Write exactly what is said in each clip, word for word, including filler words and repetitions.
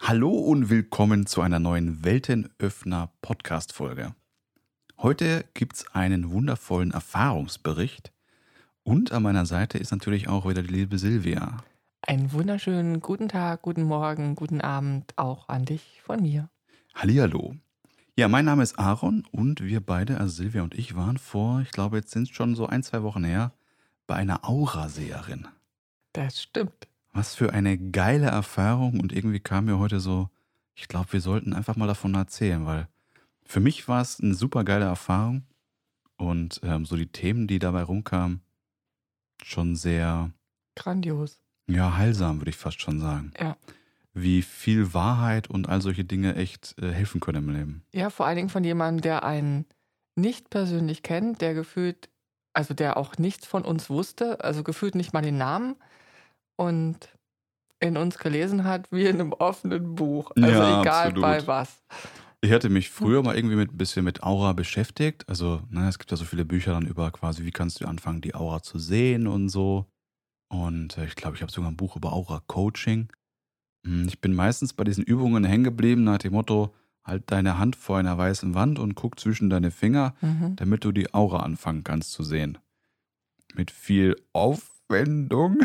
Hallo und willkommen zu einer neuen Weltenöffner-Podcast-Folge. Heute gibt es einen wundervollen Erfahrungsbericht und an meiner Seite ist natürlich auch wieder die liebe Silvia. Einen wunderschönen guten Tag, guten Morgen, guten Abend auch an dich von mir. Hallihallo. Ja, mein Name ist Aaron und wir beide, also Silvia und ich, waren vor, ich glaube, jetzt sind es schon so ein, zwei Wochen her, bei einer Auraseherin. Das stimmt. Was für eine geile Erfahrung und irgendwie kam mir heute so, ich glaube, wir sollten einfach mal davon erzählen, weil für mich war es eine super geile Erfahrung und ähm, so die Themen, die dabei rumkamen, schon sehr, Grandios. ja, heilsam, würde ich fast schon sagen. Ja. Wie viel Wahrheit und all solche Dinge echt äh, helfen können im Leben. Ja, vor allen Dingen von jemandem, der einen nicht persönlich kennt, der gefühlt, also der auch nichts von uns wusste, also gefühlt nicht mal den Namen und in uns gelesen hat, wie in einem offenen Buch. Also Ja, egal absolut. bei was. Ich hatte mich früher mal irgendwie mit ein bisschen mit Aura beschäftigt. Also, ne, es gibt ja so viele Bücher dann über quasi, wie kannst du anfangen, die Aura zu sehen und so. Und äh, ich glaube, ich habe sogar ein Buch über Aura-Coaching. Hm, Ich bin meistens bei diesen Übungen hängen geblieben nach dem Motto, halt deine Hand vor einer weißen Wand und guck zwischen deine Finger, Mhm. damit du die Aura anfangen kannst zu sehen. Mit viel Aufwendung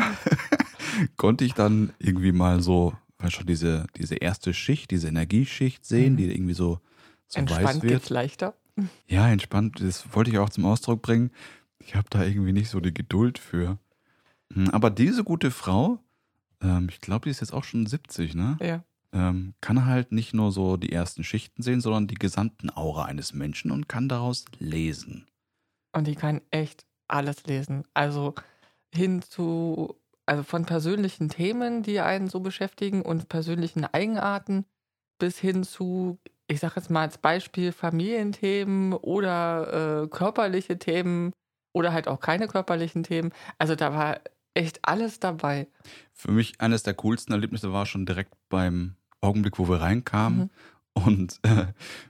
konnte ich dann irgendwie mal so, weißt schon, diese, diese erste Schicht, diese Energieschicht sehen, Mhm. die irgendwie so, so weiß Entspannt wird. geht's leichter. Ja, entspannt, das wollte ich auch zum Ausdruck bringen. Ich habe da irgendwie nicht so die Geduld für. Hm, Aber diese gute Frau, ähm, ich glaube, die ist jetzt auch schon siebzig, ne? Ja. Ähm, kann halt nicht nur so die ersten Schichten sehen, sondern die gesamten Aura eines Menschen und kann daraus lesen. Und die kann echt alles lesen. Also hin zu, also von persönlichen Themen, die einen so beschäftigen und persönlichen Eigenarten, bis hin zu, ich sage jetzt mal als Beispiel, Familienthemen oder äh, körperliche Themen oder halt auch keine körperlichen Themen. Also da war echt alles dabei. Für mich eines der coolsten Erlebnisse war schon direkt beim Augenblick, wo wir reinkamen Mhm. und äh,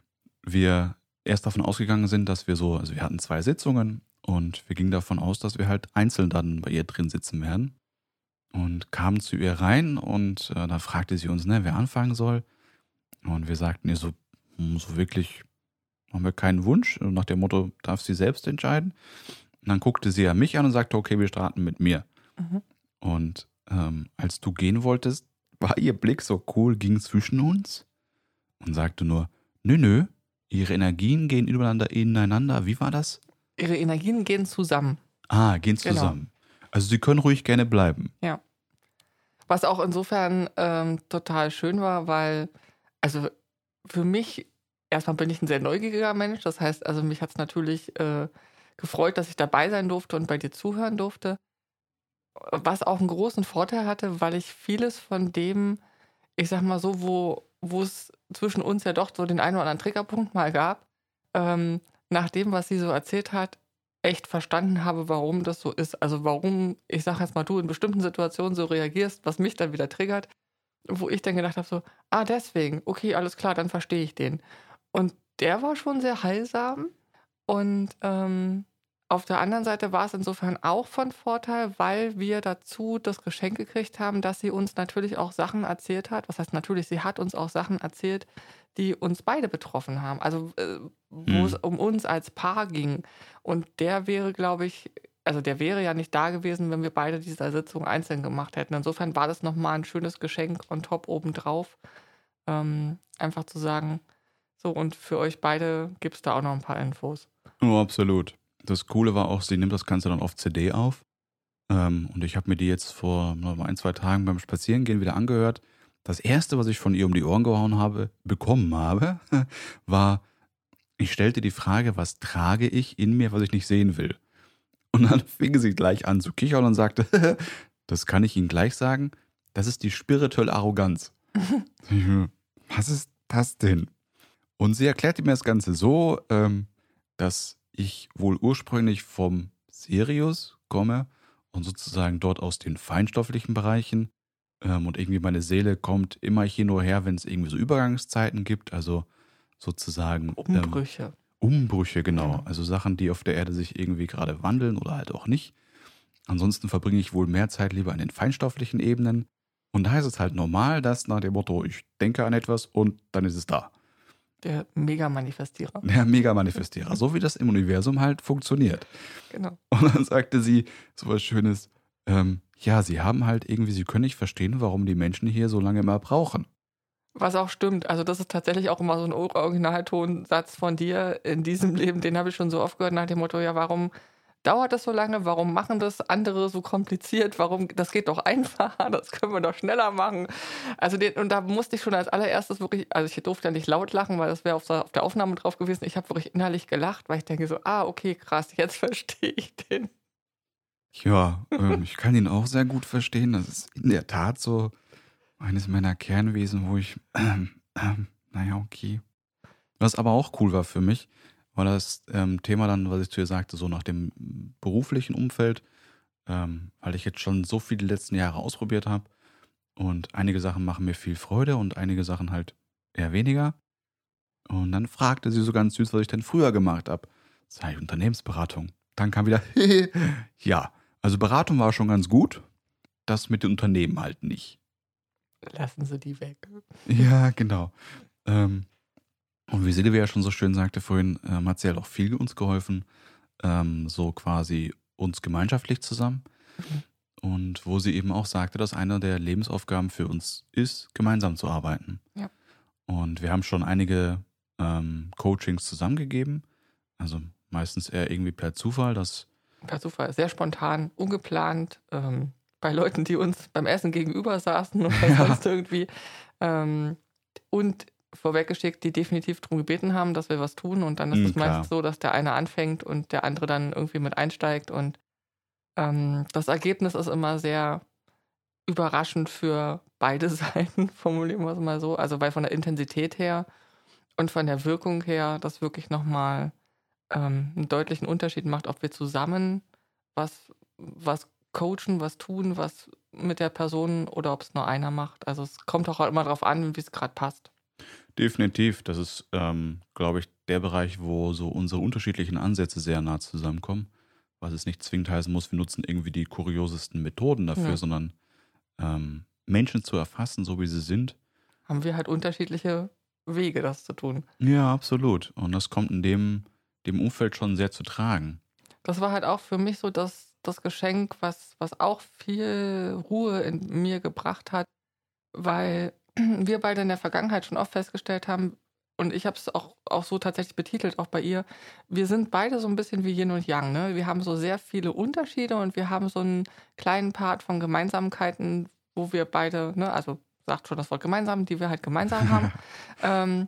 wir erst davon ausgegangen sind, dass wir so, also wir hatten zwei Sitzungen und wir gingen davon aus, dass wir halt einzeln dann bei ihr drin sitzen werden und kamen zu ihr rein und äh, da fragte sie uns, ne, wer anfangen soll und wir sagten ihr so, hm, so wirklich haben wir keinen Wunsch, und nach dem Motto, darf sie selbst entscheiden. Und dann guckte sie ja mich an und sagte, okay, wir starten mit mir. Mhm. Und ähm, als du gehen wolltest, war ihr Blick so cool, ging zwischen uns und sagte nur, nö, nö, ihre Energien gehen übereinander, ineinander. Wie war das? Ihre Energien gehen zusammen. Ah, gehen Genau. zusammen. Also sie können ruhig gerne bleiben. Ja. Was auch insofern ähm, total schön war, weil, also für mich, erstmal bin ich ein sehr neugieriger Mensch. Das heißt, also mich hat es natürlich äh, gefreut, dass ich dabei sein durfte und bei dir zuhören durfte. Was auch einen großen Vorteil hatte, weil ich vieles von dem, ich sag mal so, wo wo es zwischen uns ja doch so den einen oder anderen Triggerpunkt mal gab, ähm, nach dem, was sie so erzählt hat, echt verstanden habe, warum das so ist. Also warum, ich sag jetzt mal, du in bestimmten Situationen so reagierst, was mich dann wieder triggert, wo ich dann gedacht habe, so, ah, deswegen, okay, alles klar, dann verstehe ich den. Und der war schon sehr heilsam. Und ähm, auf der anderen Seite war es insofern auch von Vorteil, weil wir dazu das Geschenk gekriegt haben, dass sie uns natürlich auch Sachen erzählt hat. Was heißt natürlich, sie hat uns auch Sachen erzählt, die uns beide betroffen haben. Also äh, wo es Hm. um uns als Paar ging. Und der wäre, glaube ich, also der wäre ja nicht da gewesen, wenn wir beide diese Sitzung einzeln gemacht hätten. Insofern war das nochmal ein schönes Geschenk on top obendrauf. Ähm, einfach zu sagen, so, und für euch beide gibt es da auch noch ein paar Infos. Oh, absolut. Das Coole war auch, sie nimmt das Ganze dann auf C D auf. Ähm, und ich habe mir die jetzt vor noch mal ein, zwei Tagen beim Spazierengehen wieder angehört. Das erste, was ich von ihr um die Ohren gehauen habe, bekommen habe, war, ich stellte die Frage, was trage ich in mir, was ich nicht sehen will? Und dann fing sie gleich an zu kichern und sagte, das kann ich Ihnen gleich sagen, das ist die spirituelle Arroganz. Ich so, was ist das denn? Und sie erklärte mir das Ganze so, ähm, dass ich wohl ursprünglich vom Sirius komme und sozusagen dort aus den feinstofflichen Bereichen. Ähm, und irgendwie meine Seele kommt immer hier nur her, wenn es irgendwie so Übergangszeiten gibt, also sozusagen ähm, Umbrüche. Umbrüche, genau. Genau. Also Sachen, die auf der Erde sich irgendwie gerade wandeln oder halt auch nicht. Ansonsten verbringe ich wohl mehr Zeit lieber an den feinstofflichen Ebenen. Und da ist es halt normal, dass nach dem Motto, ich denke an etwas und dann ist es da. Der Mega-Manifestierer. Der Mega-Manifestierer, so wie das im Universum halt funktioniert. Genau. Und dann sagte sie so was Schönes, ähm, ja, sie haben halt irgendwie, sie können nicht verstehen, warum die Menschen hier so lange immer brauchen. Was auch stimmt. Also das ist tatsächlich auch immer so ein Originaltonsatz von dir in diesem Leben. Den habe ich schon so oft gehört nach dem Motto, ja, warum dauert das so lange? Warum machen das andere so kompliziert? Warum, das geht doch einfacher, das können wir doch schneller machen. Also den, und da musste ich schon als allererstes wirklich, also ich durfte ja nicht laut lachen, weil das wäre auf, der- auf der Aufnahme drauf gewesen. Ich habe wirklich innerlich gelacht, weil ich denke so, ah, okay, krass, jetzt verstehe ich den. Ja, ähm, ich kann ihn auch sehr gut verstehen. Das ist in der Tat so eines meiner Kernwesen, wo ich, ähm, ähm, naja, okay. Was aber auch cool war für mich, war das ähm, Thema dann, was ich zu ihr sagte, so nach dem beruflichen Umfeld, ähm, weil ich jetzt schon so viel die letzten Jahre ausprobiert habe und einige Sachen machen mir viel Freude und einige Sachen halt eher weniger. Und dann fragte sie so ganz süß, was ich denn früher gemacht habe. Sag ich, Unternehmensberatung. Dann kam wieder, ja, also Beratung war schon ganz gut, das mit den Unternehmen halt nicht. Lassen Sie die weg. Ja, genau. Ähm, und wie Silvia ja schon so schön sagte vorhin, ähm, hat sie halt auch viel uns geholfen, ähm, so quasi uns gemeinschaftlich zusammen. Mhm. Und wo sie eben auch sagte, dass eine der Lebensaufgaben für uns ist, gemeinsam zu arbeiten. Ja. Und wir haben schon einige ähm, Coachings zusammengegeben. Also meistens eher irgendwie per Zufall, dass Per Zufall, sehr spontan, ungeplant, ähm, bei Leuten, die uns beim Essen gegenüber saßen oder Ja. sonst irgendwie. Ähm, und vorweggeschickt, die definitiv darum gebeten haben, dass wir was tun. Und dann ist Mm, es klar. meistens so, dass der eine anfängt und der andere dann irgendwie mit einsteigt. Und ähm, das Ergebnis ist immer sehr überraschend für beide Seiten, formulieren wir es mal so. Also weil von der Intensität her und von der Wirkung her das wirklich nochmal ähm, einen deutlichen Unterschied macht, ob wir zusammen was, was coachen, was tun, was mit der Person oder ob es nur einer macht. Also es kommt auch immer darauf an, wie es gerade passt. Definitiv. Das ist, ähm, glaube ich, der Bereich, wo so unsere unterschiedlichen Ansätze sehr nah zusammenkommen. Was es nicht zwingend heißen muss, wir nutzen irgendwie die kuriosesten Methoden dafür, Ja. sondern ähm, Menschen zu erfassen, so wie sie sind. Haben wir halt unterschiedliche Wege, das zu tun. Ja, absolut. Und das kommt in dem, dem Umfeld schon sehr zu tragen. Das war halt auch für mich so das, das Geschenk, was, was auch viel Ruhe in mir gebracht hat, weil wir beide in der Vergangenheit schon oft festgestellt haben, und ich habe es auch, auch so tatsächlich betitelt, auch bei ihr, wir sind beide so ein bisschen wie Yin und Yang. Ne? Wir haben so sehr viele Unterschiede und wir haben so einen kleinen Part von Gemeinsamkeiten, wo wir beide, ne, also sagt schon das Wort gemeinsam, die wir halt gemeinsam haben. ähm,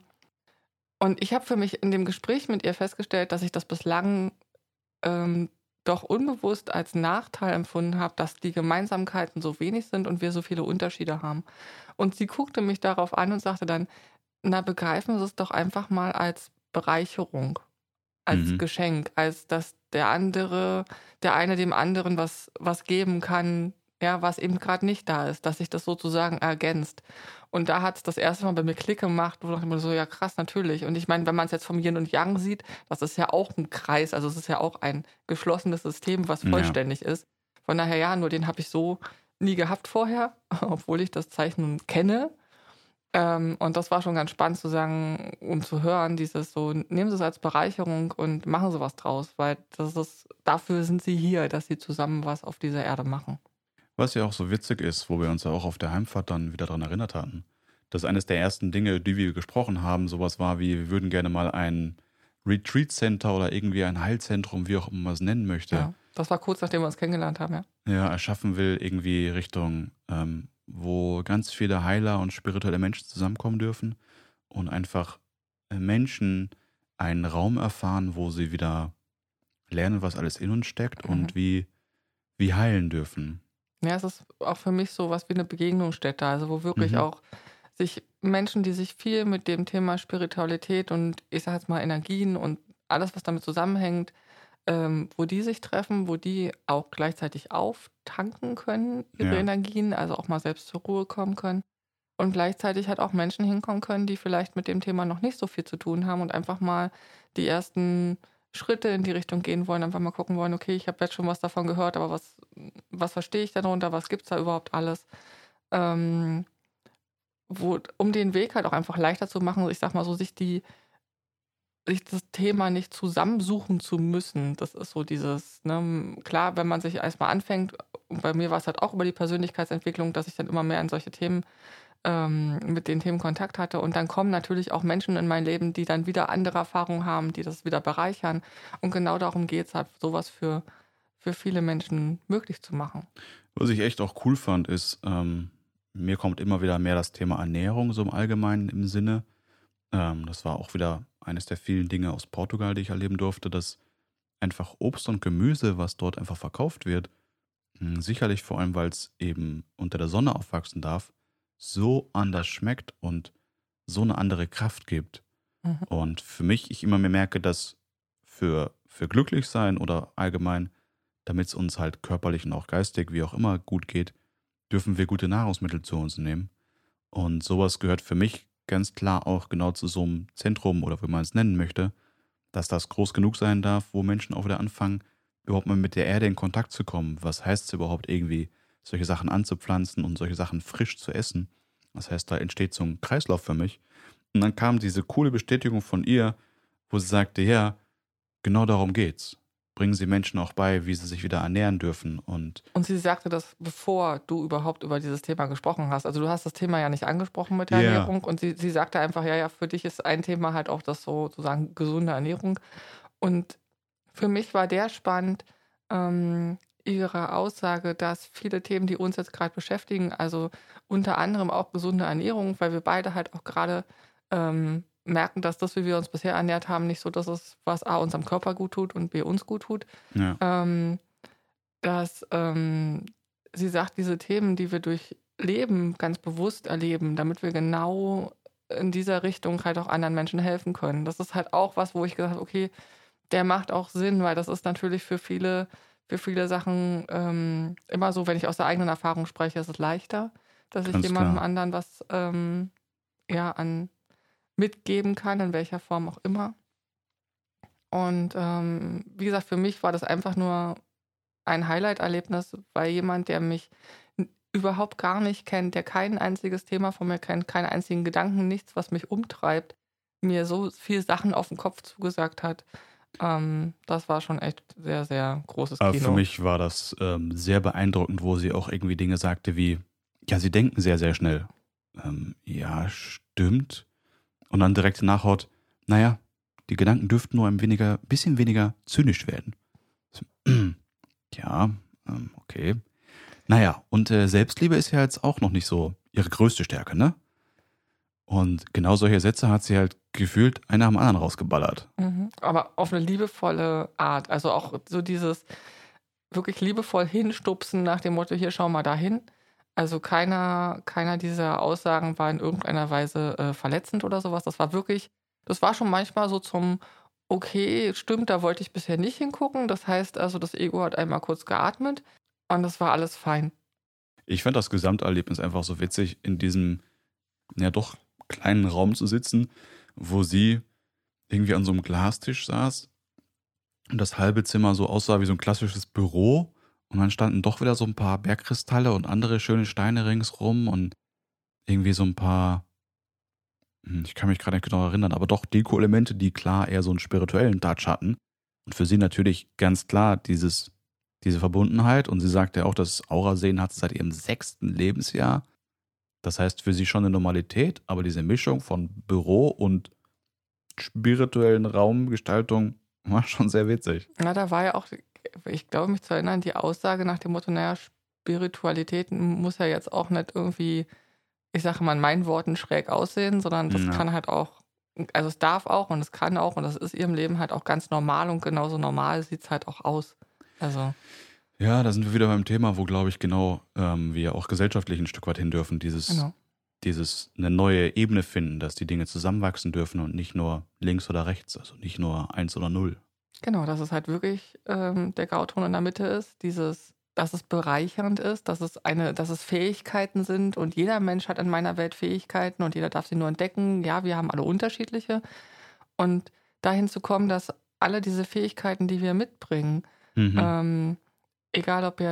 und ich habe für mich in dem Gespräch mit ihr festgestellt, dass ich das bislang ähm, doch unbewusst als Nachteil empfunden habe, dass die Gemeinsamkeiten so wenig sind und wir so viele Unterschiede haben. Und sie guckte mich darauf an und sagte dann, na, begreifen Sie es doch einfach mal als Bereicherung, als Mhm. Geschenk, als dass der andere, der eine dem anderen was, was geben kann, ja, was eben gerade nicht da ist, dass sich das sozusagen ergänzt. Und da hat es das erste Mal bei mir Klick gemacht, wo ich mir so, ja krass, natürlich. Und ich meine, wenn man es jetzt vom Yin und Yang sieht, das ist ja auch ein Kreis, also es ist ja auch ein geschlossenes System, was Ja. vollständig ist. Von daher, ja, nur den habe ich so nie gehabt vorher, obwohl ich das Zeichen kenne. Ähm, und das war schon ganz spannend zu sagen und zu hören, dieses so, nehmen Sie es als Bereicherung und machen Sie was draus, weil das ist, dafür sind Sie hier, dass Sie zusammen was auf dieser Erde machen. Was ja auch so witzig ist, wo wir uns ja auch auf der Heimfahrt dann wieder daran erinnert hatten, dass eines der ersten Dinge, die wir gesprochen haben, sowas war wie, wir würden gerne mal ein Retreat Center oder irgendwie ein Heilzentrum, wie auch immer man es nennen möchte, Ja, das war kurz nachdem wir uns kennengelernt haben, ja. ja, erschaffen will, irgendwie Richtung, ähm, wo ganz viele Heiler und spirituelle Menschen zusammenkommen dürfen und einfach äh, Menschen einen Raum erfahren, wo sie wieder lernen, was alles in uns steckt Mhm. und wie, wie heilen dürfen. Ja, es ist auch für mich so was wie eine Begegnungsstätte, also wo wirklich Mhm. auch sich Menschen, die sich viel mit dem Thema Spiritualität und ich sage jetzt mal Energien und alles, was damit zusammenhängt, ähm, wo die sich treffen, wo die auch gleichzeitig auftanken können, ihre Ja. Energien, also auch mal selbst zur Ruhe kommen können. Und gleichzeitig halt auch Menschen hinkommen können, die vielleicht mit dem Thema noch nicht so viel zu tun haben und einfach mal die ersten Schritte in die Richtung gehen wollen, einfach mal gucken wollen, okay, ich habe jetzt schon was davon gehört, aber was, was verstehe ich darunter, was gibt es da überhaupt alles? ähm, wo, um den Weg halt auch einfach leichter zu machen, ich sag mal so, sich die sich das Thema nicht zusammensuchen zu müssen. Das ist so dieses, ne, klar, wenn man sich erstmal anfängt, und bei mir war es halt auch über die Persönlichkeitsentwicklung, dass ich dann immer mehr in solche Themen, ähm, mit den Themen Kontakt hatte. Und dann kommen natürlich auch Menschen in mein Leben, die dann wieder andere Erfahrungen haben, die das wieder bereichern. Und genau darum geht es halt, sowas für, für viele Menschen möglich zu machen. Was ich echt auch cool fand, ist, ähm, mir kommt immer wieder mehr das Thema Ernährung so im Allgemeinen im Sinne. Ähm, das war auch wieder eines der vielen Dinge aus Portugal, die ich erleben durfte, dass einfach Obst und Gemüse, was dort einfach verkauft wird, mh, sicherlich vor allem, weil es eben unter der Sonne aufwachsen darf, so anders schmeckt und so eine andere Kraft gibt. Mhm. Und für mich, ich immer mehr merke, dass für, für glücklich sein oder allgemein, damit es uns halt körperlich und auch geistig, wie auch immer, gut geht, dürfen wir gute Nahrungsmittel zu uns nehmen. Und sowas gehört für mich ganz klar auch genau zu so einem Zentrum oder wie man es nennen möchte, dass das groß genug sein darf, wo Menschen auch wieder anfangen, überhaupt mal mit der Erde in Kontakt zu kommen. Was heißt es überhaupt irgendwie, solche Sachen anzupflanzen und solche Sachen frisch zu essen? Das heißt, da entsteht so ein Kreislauf für mich. Und dann kam diese coole Bestätigung von ihr, wo sie sagte, ja, genau darum geht's. Bringen Sie Menschen auch bei, wie sie sich wieder ernähren dürfen. Und Und sie sagte das, bevor du überhaupt über dieses Thema gesprochen hast. Also du hast das Thema ja nicht angesprochen mit der ja, Ernährung und sie, sie sagte einfach, ja, ja, für dich ist ein Thema halt auch das so, sozusagen gesunde Ernährung. Und für mich war der spannend, ähm, ihre Aussage, dass viele Themen, die uns jetzt gerade beschäftigen, also unter anderem auch gesunde Ernährung, weil wir beide halt auch gerade ähm, merken, dass das, wie wir uns bisher ernährt haben, nicht so das ist, was A unserem Körper gut tut und B uns gut tut. ja, Ähm, dass ähm, sie sagt, diese Themen, die wir durch Leben ganz bewusst erleben, damit wir genau in dieser Richtung halt auch anderen Menschen helfen können. Das ist halt auch was, wo ich gesagt habe, okay, der macht auch Sinn, weil das ist natürlich für viele, für viele Sachen ähm, immer so, wenn ich aus der eigenen Erfahrung spreche, ist es leichter, dass ich ganz jemandem klar. anderen was ähm, ja, an mitgeben kann, in welcher Form auch immer. Und ähm, wie gesagt, für mich war das einfach nur ein Highlight-Erlebnis, weil jemand, der mich n- überhaupt gar nicht kennt, der kein einziges Thema von mir kennt, keinen einzigen Gedanken, nichts, was mich umtreibt, mir so viel Sachen auf den Kopf zugesagt hat. Ähm, das war schon echt sehr, sehr großes Aber für Kino. mich war das ähm, sehr beeindruckend, wo sie auch irgendwie Dinge sagte wie, ja, sie denken sehr, sehr schnell. Ähm, ja, stimmt. Und dann direkt nachhaut, naja, die Gedanken dürften nur ein weniger, bisschen weniger zynisch werden. So, ja, ähm, okay. Naja, und äh, Selbstliebe ist ja jetzt auch noch nicht so ihre größte Stärke, ne? Und genau solche Sätze hat sie halt gefühlt einer am anderen rausgeballert. Mhm. Aber auf eine liebevolle Art. Also auch so dieses wirklich liebevoll hinstupsen nach dem Motto, hier schau mal dahin. Also keiner, keiner dieser Aussagen war in irgendeiner Weise äh, verletzend oder sowas. Das war wirklich, das war schon manchmal so zum, okay, stimmt, da wollte ich bisher nicht hingucken. Das heißt also, das Ego hat einmal kurz geatmet und das war alles fein. Ich fand das Gesamterlebnis einfach so witzig, in diesem, ja doch, kleinen Raum zu sitzen, wo sie irgendwie an so einem Glastisch saß und das halbe Zimmer so aussah wie so ein klassisches Büro. Und dann standen doch wieder so ein paar Bergkristalle und andere schöne Steine ringsrum und irgendwie so ein paar, hm, ich kann mich gerade nicht genau erinnern, aber doch Deko-Elemente, die klar eher so einen spirituellen Touch hatten. Und für sie natürlich ganz klar dieses, diese Verbundenheit. Und sie sagte ja auch, dass Aura-Sehen hat sie seit ihrem sechsten Lebensjahr. Das heißt für sie schon eine Normalität, aber diese Mischung von Büro und spirituellen Raumgestaltung war schon sehr witzig. Na, da war ja auch, ich glaube mich zu erinnern, die Aussage nach dem Motto, naja, Spiritualität muss ja jetzt auch nicht irgendwie, ich sage mal in meinen Worten, schräg aussehen, sondern das Ja. kann halt auch, also es darf auch und es kann auch und das ist ihrem Leben halt auch ganz normal und genauso normal sieht es halt auch aus. Also, Ja, da sind wir wieder beim Thema, wo, glaube ich, genau ähm, wir auch gesellschaftlich ein Stück weit hin dürfen. Dieses, genau. dieses eine neue Ebene finden, dass die Dinge zusammenwachsen dürfen und nicht nur links oder rechts, also nicht nur eins oder null. Genau, dass es halt wirklich ähm, der Grauton in der Mitte ist, dieses, dass es bereichernd ist, dass es eine, dass es Fähigkeiten sind und jeder Mensch hat in meiner Welt Fähigkeiten und jeder darf sie nur entdecken. Ja, wir haben alle unterschiedliche. Und dahin zu kommen, dass alle diese Fähigkeiten, die wir mitbringen, Mhm. ähm, egal ob jetzt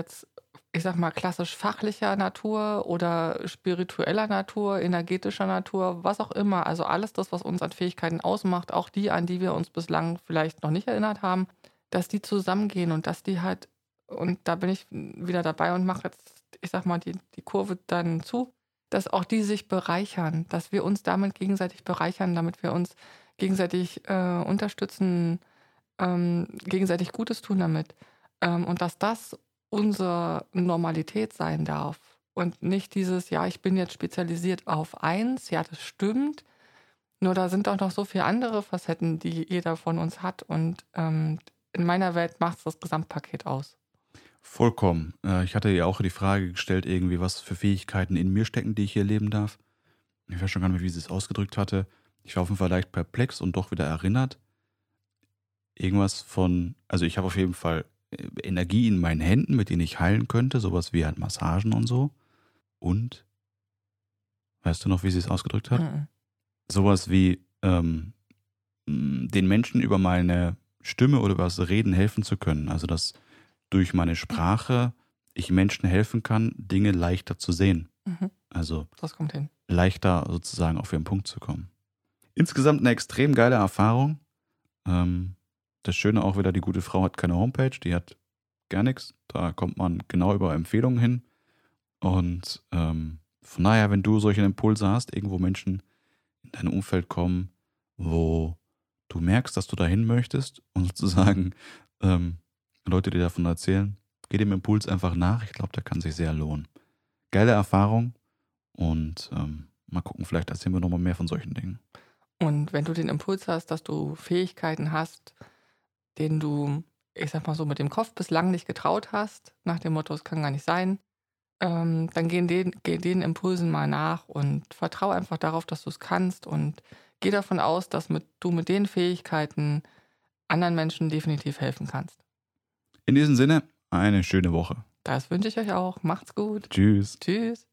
ich sag mal, klassisch fachlicher Natur oder spiritueller Natur, energetischer Natur, was auch immer. Also alles das, was uns an Fähigkeiten ausmacht, auch die, an die wir uns bislang vielleicht noch nicht erinnert haben, dass die zusammengehen und dass die halt, und da bin ich wieder dabei und mache jetzt, ich sag mal, die, die Kurve dann zu, dass auch die sich bereichern, dass wir uns damit gegenseitig bereichern, damit wir uns gegenseitig äh, unterstützen, ähm, gegenseitig Gutes tun damit. Ähm, und dass das unsere Normalität sein darf. Und nicht dieses, ja, ich bin jetzt spezialisiert auf eins, ja, das stimmt. Nur da sind auch noch so viele andere Facetten, die jeder von uns hat. Und ähm, in meiner Welt macht es das Gesamtpaket aus. Vollkommen. Äh, ich hatte ja auch die Frage gestellt, irgendwie, was für Fähigkeiten in mir stecken, die ich hier leben darf. Ich weiß schon gar nicht mehr, wie sie es ausgedrückt hatte. Ich war auf jeden Fall leicht perplex und doch wieder erinnert. Irgendwas von, also ich habe auf jeden Fall äh, Energie in meinen Händen, mit denen ich heilen könnte, sowas wie halt Massagen und so. Und, weißt du noch, wie sie es ausgedrückt hat? Mhm. Sowas wie ähm, m, den Menschen über meine Stimme oder über das Reden helfen zu können. Also dass durch meine Sprache ich Menschen helfen kann, Dinge leichter zu sehen. Mhm. Also Das kommt hin. leichter sozusagen auf ihren Punkt zu kommen. Insgesamt eine extrem geile Erfahrung. Ähm, das Schöne auch wieder, die gute Frau hat keine Homepage, die hat gar nichts. Da kommt man genau über Empfehlungen hin. Und ähm, von daher, wenn du solche Impulse hast, irgendwo Menschen in dein Umfeld kommen, wo du merkst, dass du dahin möchtest und sozusagen ähm, Leute dir davon erzählen, geh dem Impuls einfach nach. Ich glaube, der kann sich sehr lohnen. Geile Erfahrung und ähm, mal gucken, vielleicht erzählen wir nochmal mehr von solchen Dingen. Und wenn du den Impuls hast, dass du Fähigkeiten hast, denen du, ich sag mal so, mit dem Kopf bislang nicht getraut hast, nach dem Motto, es kann gar nicht sein, ähm, dann geh den, geh den Impulsen mal nach und vertraue einfach darauf, dass du es kannst und geh davon aus, dass mit, du mit den Fähigkeiten anderen Menschen definitiv helfen kannst. In diesem Sinne, eine schöne Woche. Das wünsche ich euch auch. Macht's gut. Tschüss. Tschüss.